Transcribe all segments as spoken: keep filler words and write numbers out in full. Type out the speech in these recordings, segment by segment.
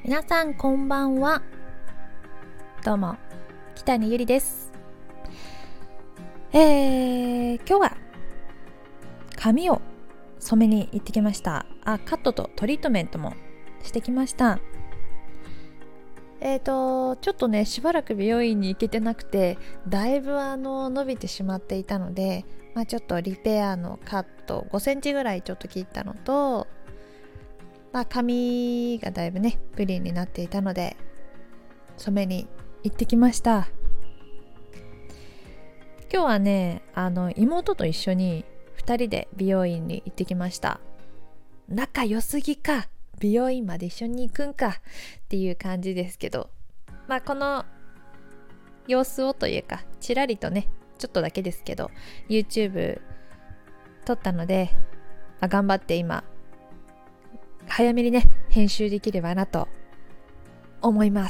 皆さんこんばんは。どうも北谷ゆりです。えー、今日は髪を染めに行ってきました。あ、カットとトリートメントもしてきました。えーとちょっとねしばらく美容院に行けてなくて、だいぶあの伸びてしまっていたので、まあ、ちょっとリペアのカットごセンチぐらいちょっと切ったのと、まあ、髪がだいぶねプリンになっていたので染めに行ってきました。今日はねあの妹と一緒にふたりで美容院に行ってきました。仲良すぎか、美容院まで一緒に行くんかっていう感じですけど、まあこの様子をというかちらりとねちょっとだけですけど YouTube 撮ったので、まあ、頑張って今早めにね編集できればなと思います。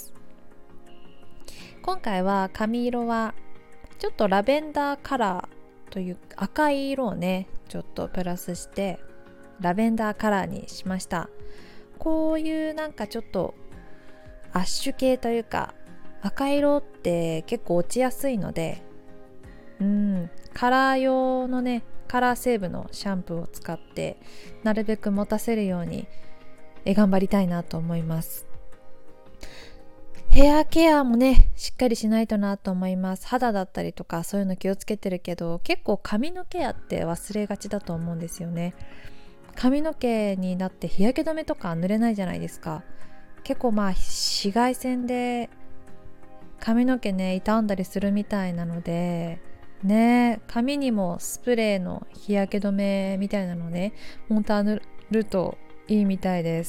今回は髪色はちょっとラベンダーカラーという赤い色をねちょっとプラスしてラベンダーカラーにしました。こういうなんかちょっとアッシュ系というか赤色って結構落ちやすいので、うんカラー用のねカラーセーブのシャンプーを使ってなるべく持たせるようにえ頑張りたいなと思います。ヘアケアもねしっかりしないとなと思います。肌だったりとかそういうの気をつけてるけど、結構髪のケアって忘れがちだと思うんですよね。髪の毛になって日焼け止めとか塗れないじゃないですか。結構まあ紫外線で髪の毛ね傷んだりするみたいなのでね、髪にもスプレーの日焼け止めみたいなのね本当は塗るといいみたいです。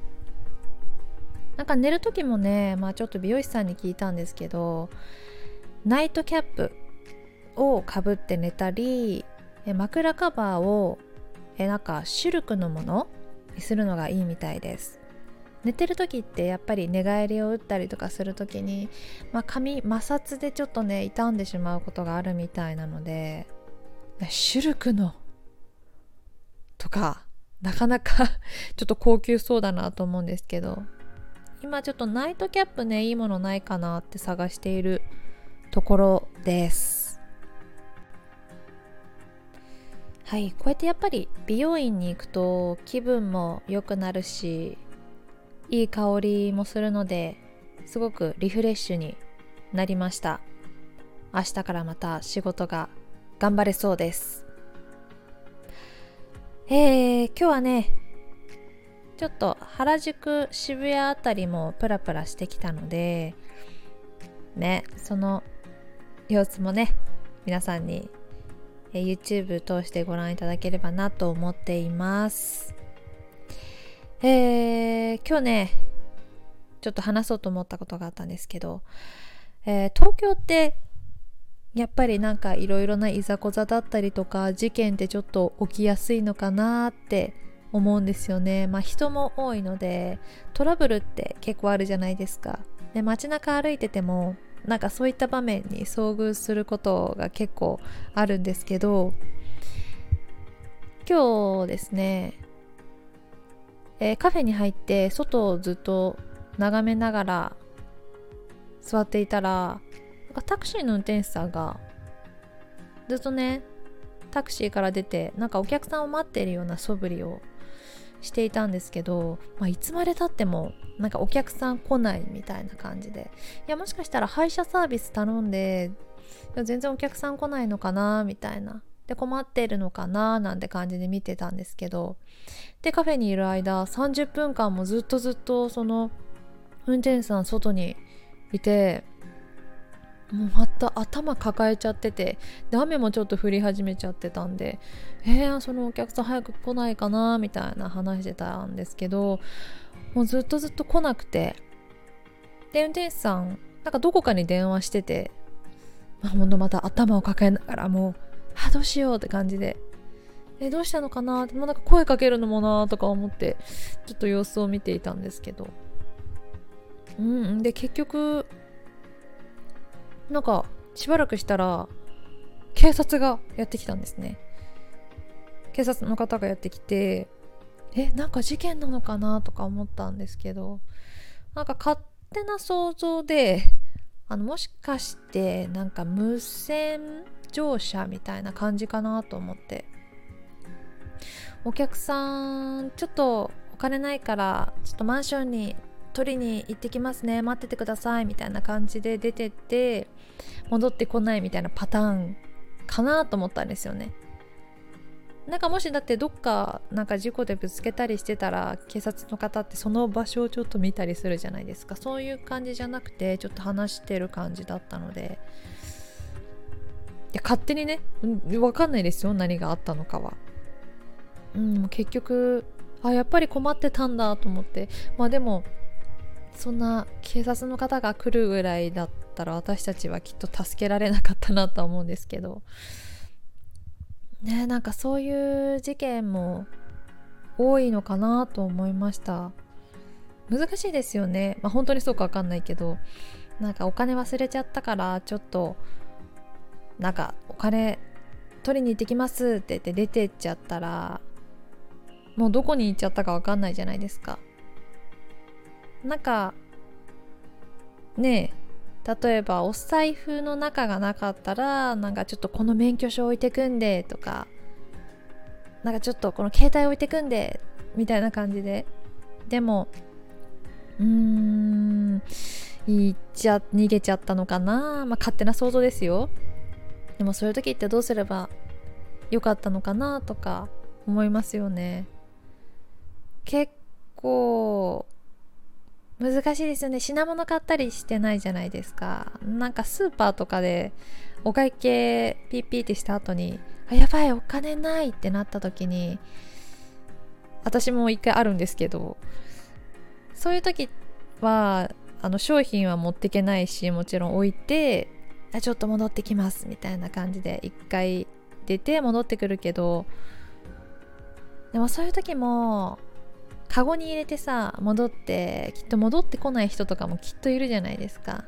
なんか寝る時もね、まあちょっと美容師さんに聞いたんですけど、ナイトキャップをかぶって寝たり、枕カバーをえなんかシルクのものにするのがいいみたいです。寝てる時ってやっぱり寝返りを打ったりとかする時に、まあ、髪摩擦でちょっとね傷んでしまうことがあるみたいなので、シルクのとかなかなかちょっと高級そうだなと思うんですけど、今ちょっとナイトキャップねいいものないかなって探しているところです。はい、こうやってやっぱり美容院に行くと気分も良くなるし、いい香りもするのですごくリフレッシュになりました。明日からまた仕事が頑張れそうです。えー、今日はねちょっと原宿渋谷あたりもプラプラしてきたのでね、その様子もね皆さんに YouTube 通してご覧いただければなと思っています。えー、今日ねちょっと話そうと思ったことがあったんですけど、えー、東京ってやっぱりなんかいろいろないざこざだったりとか事件ってちょっと起きやすいのかなって思うんですよね。まあ人も多いのでトラブルって結構あるじゃないですか。で街中歩いててもなんかそういった場面に遭遇することが結構あるんですけど、今日ですねえー、カフェに入って外をずっと眺めながら座っていたら、なんかタクシーの運転手さんがずっとねタクシーから出てなんかお客さんを待っているような素振りをしていたんですけど、まあ、いつまでたってもなんかお客さん来ないみたいな感じで、いやもしかしたら配車サービス頼んでいや全然お客さん来ないのかなみたいなで困っているのかななんて感じで見てたんですけど、でカフェにいる間さんじゅっぷんかんもずっとずっとその運転手さん外にいて、もうまた頭抱えちゃってて、で雨もちょっと降り始めちゃってたんで、えー、そのお客さん早く来ないかなみたいな話してたんですけど、もうずっとずっと来なくて、で運転手さんなんかどこかに電話してて、まあ、ほんとまた頭を抱えながらもうあどうしようって感じで、えどうしたのかなって、もうなんか声かけるのもなとか思ってちょっと様子を見ていたんですけど、うんで結局なんかしばらくしたら警察がやってきたんですね。警察の方がやってきて、 えなんか事件なのかなとか思ったんですけど、なんか勝手な想像で、あのもしかしてなんか無線乗車みたいな感じかなと思って、お客さんちょっとお金ないからちょっとマンションに取りに行ってきますね、待っててくださいみたいな感じで出てって戻ってこないみたいなパターンかなと思ったんですよね。なんかもしだってどっかなんか事故でぶつけたりしてたら警察の方ってその場所をちょっと見たりするじゃないですか。そういう感じじゃなくてちょっと話してる感じだったので、いや勝手にね、分かんないですよ何があったのかは。うん、結局あやっぱり困ってたんだと思って、まあでもそんな警察の方が来るぐらいだったら私たちはきっと助けられなかったなとは思うんですけどね。なんかそういう事件も多いのかなと思いました。難しいですよね。まあ本当にそうか分かんないけど、なんかお金忘れちゃったからちょっとなんかお金取りに行ってきますって言って出てっちゃったらもうどこに行っちゃったか分かんないじゃないですか。なんかねえ、例えばお財布の中がなかったらなんかちょっとこの免許証置いてくんでとか、なんかちょっとこの携帯置いてくんでみたいな感じで、でもうーん行っちゃ逃げちゃったのかな、まあ勝手な想像ですよ。でもそういう時ってどうすればよかったのかなとか思いますよね。結構難しいですよね。品物買ったりしてないじゃないですか。なんかスーパーとかでお会計ピッピーってした後にあやばいお金ないってなった時に、私も一回あるんですけど、そういう時はあの商品は持っていけないし、もちろん置いてあちょっと戻ってきますみたいな感じで一回出て戻ってくるけど、でもそういう時もカゴに入れてさ戻ってきっと戻ってこない人とかもきっといるじゃないですか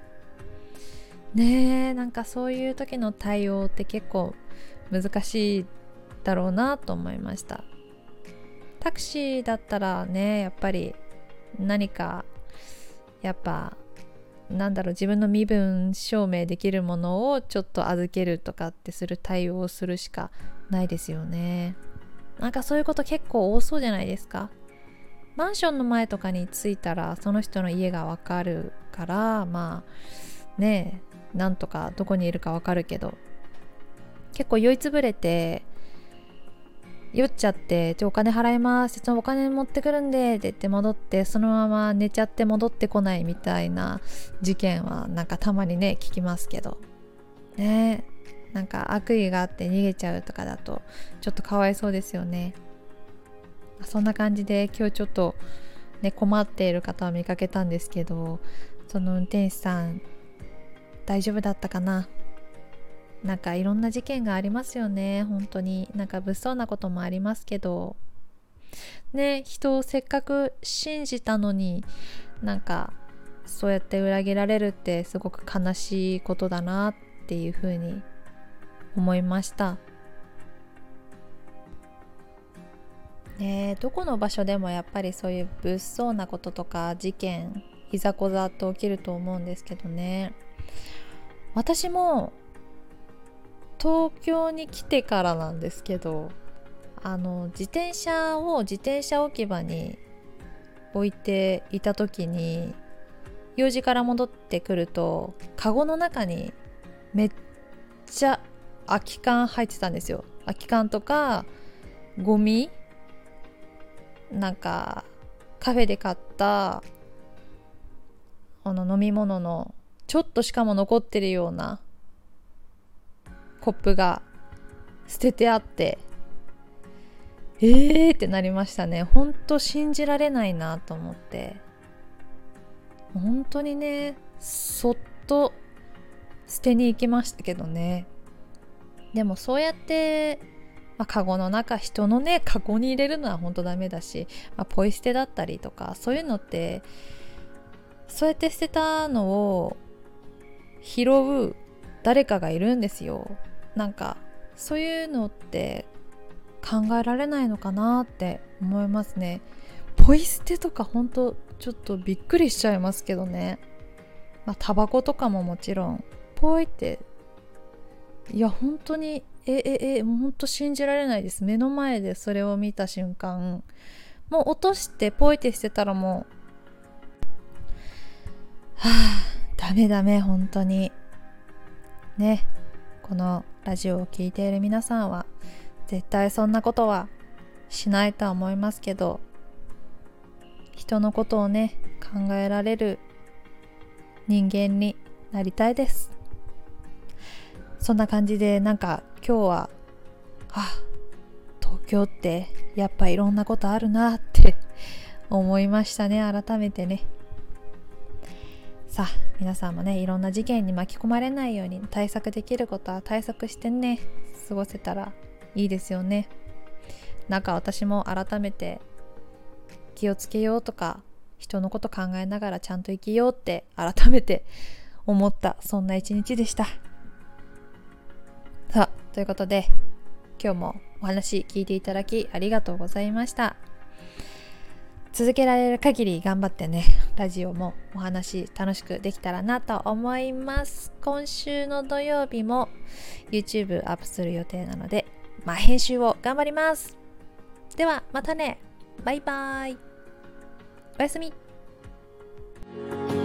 ね。えなんかそういう時の対応って結構難しいだろうなと思いました。タクシーだったらねやっぱり何かやっぱなんだろう自分の身分証明できるものをちょっと預けるとかってする対応をするしかないですよね。なんかそういうこと結構多そうじゃないですか。マンションの前とかに着いたらその人の家がわかるから、まあねえなんとかどこにいるかわかるけど、結構酔いつぶれて酔っちゃってちょお金払いますそのお金持ってくるんでって言って戻ってそのまま寝ちゃって戻ってこないみたいな事件はなんかたまにね聞きますけどね。なんか悪意があって逃げちゃうとかだとちょっとかわいそうですよね。そんな感じで今日ちょっと、ね、困っている方を見かけたんですけど、その運転手さん大丈夫だったかな。なんかいろんな事件がありますよね。本当になんか物騒なこともありますけどね、人をせっかく信じたのになんかそうやって裏切られるってすごく悲しいことだなっていうふうに思いました。ね、どこの場所でもやっぱりそういう物騒なこととか事件いざこざと起きると思うんですけどね。私も東京に来てからなんですけど、あの自転車を自転車置き場に置いていた時に用事から戻ってくるとカゴの中にめっちゃ空き缶入ってたんですよ。空き缶とかゴミ、なんかカフェで買ったあの飲み物のちょっとしかも残ってるようなコップが捨ててあって、えーってなりましたね。本当信じられないなと思って、本当にねそっと捨てに行きましたけどね。でもそうやってまあ、カゴの中人のねカゴに入れるのは本当ダメだし、まあ、ポイ捨てだったりとかそういうのってそうやって捨てたのを拾う誰かがいるんですよ。なんかそういうのって考えられないのかなって思いますね。ポイ捨てとかほんとちょっとびっくりしちゃいますけどね。まあタバコとかももちろんポイって、いや本当にえええもう本当信じられないです。目の前でそれを見た瞬間、もう落としてポイって捨てたらもうはあダメダメ本当にね。このラジオを聞いている皆さんは絶対そんなことはしないとは思いますけど、人のことをね考えられる人間になりたいです。そんな感じで、なんか今日はあ東京ってやっぱいろんなことあるなって思いましたね。改めてね。さあ皆さんもねいろんな事件に巻き込まれないように対策できることは対策してね過ごせたらいいですよね。なんか私も改めて気をつけようとか人のこと考えながらちゃんと生きようって改めて思った、そんな一日でした。さあということで今日もお話聞いていただきありがとうございました。続けられる限り頑張ってねラジオもお話楽しくできたらなと思います。今週の土曜日も YouTube アップする予定なので、まあ編集を頑張ります。ではまたね、バイバイ、おやすみ。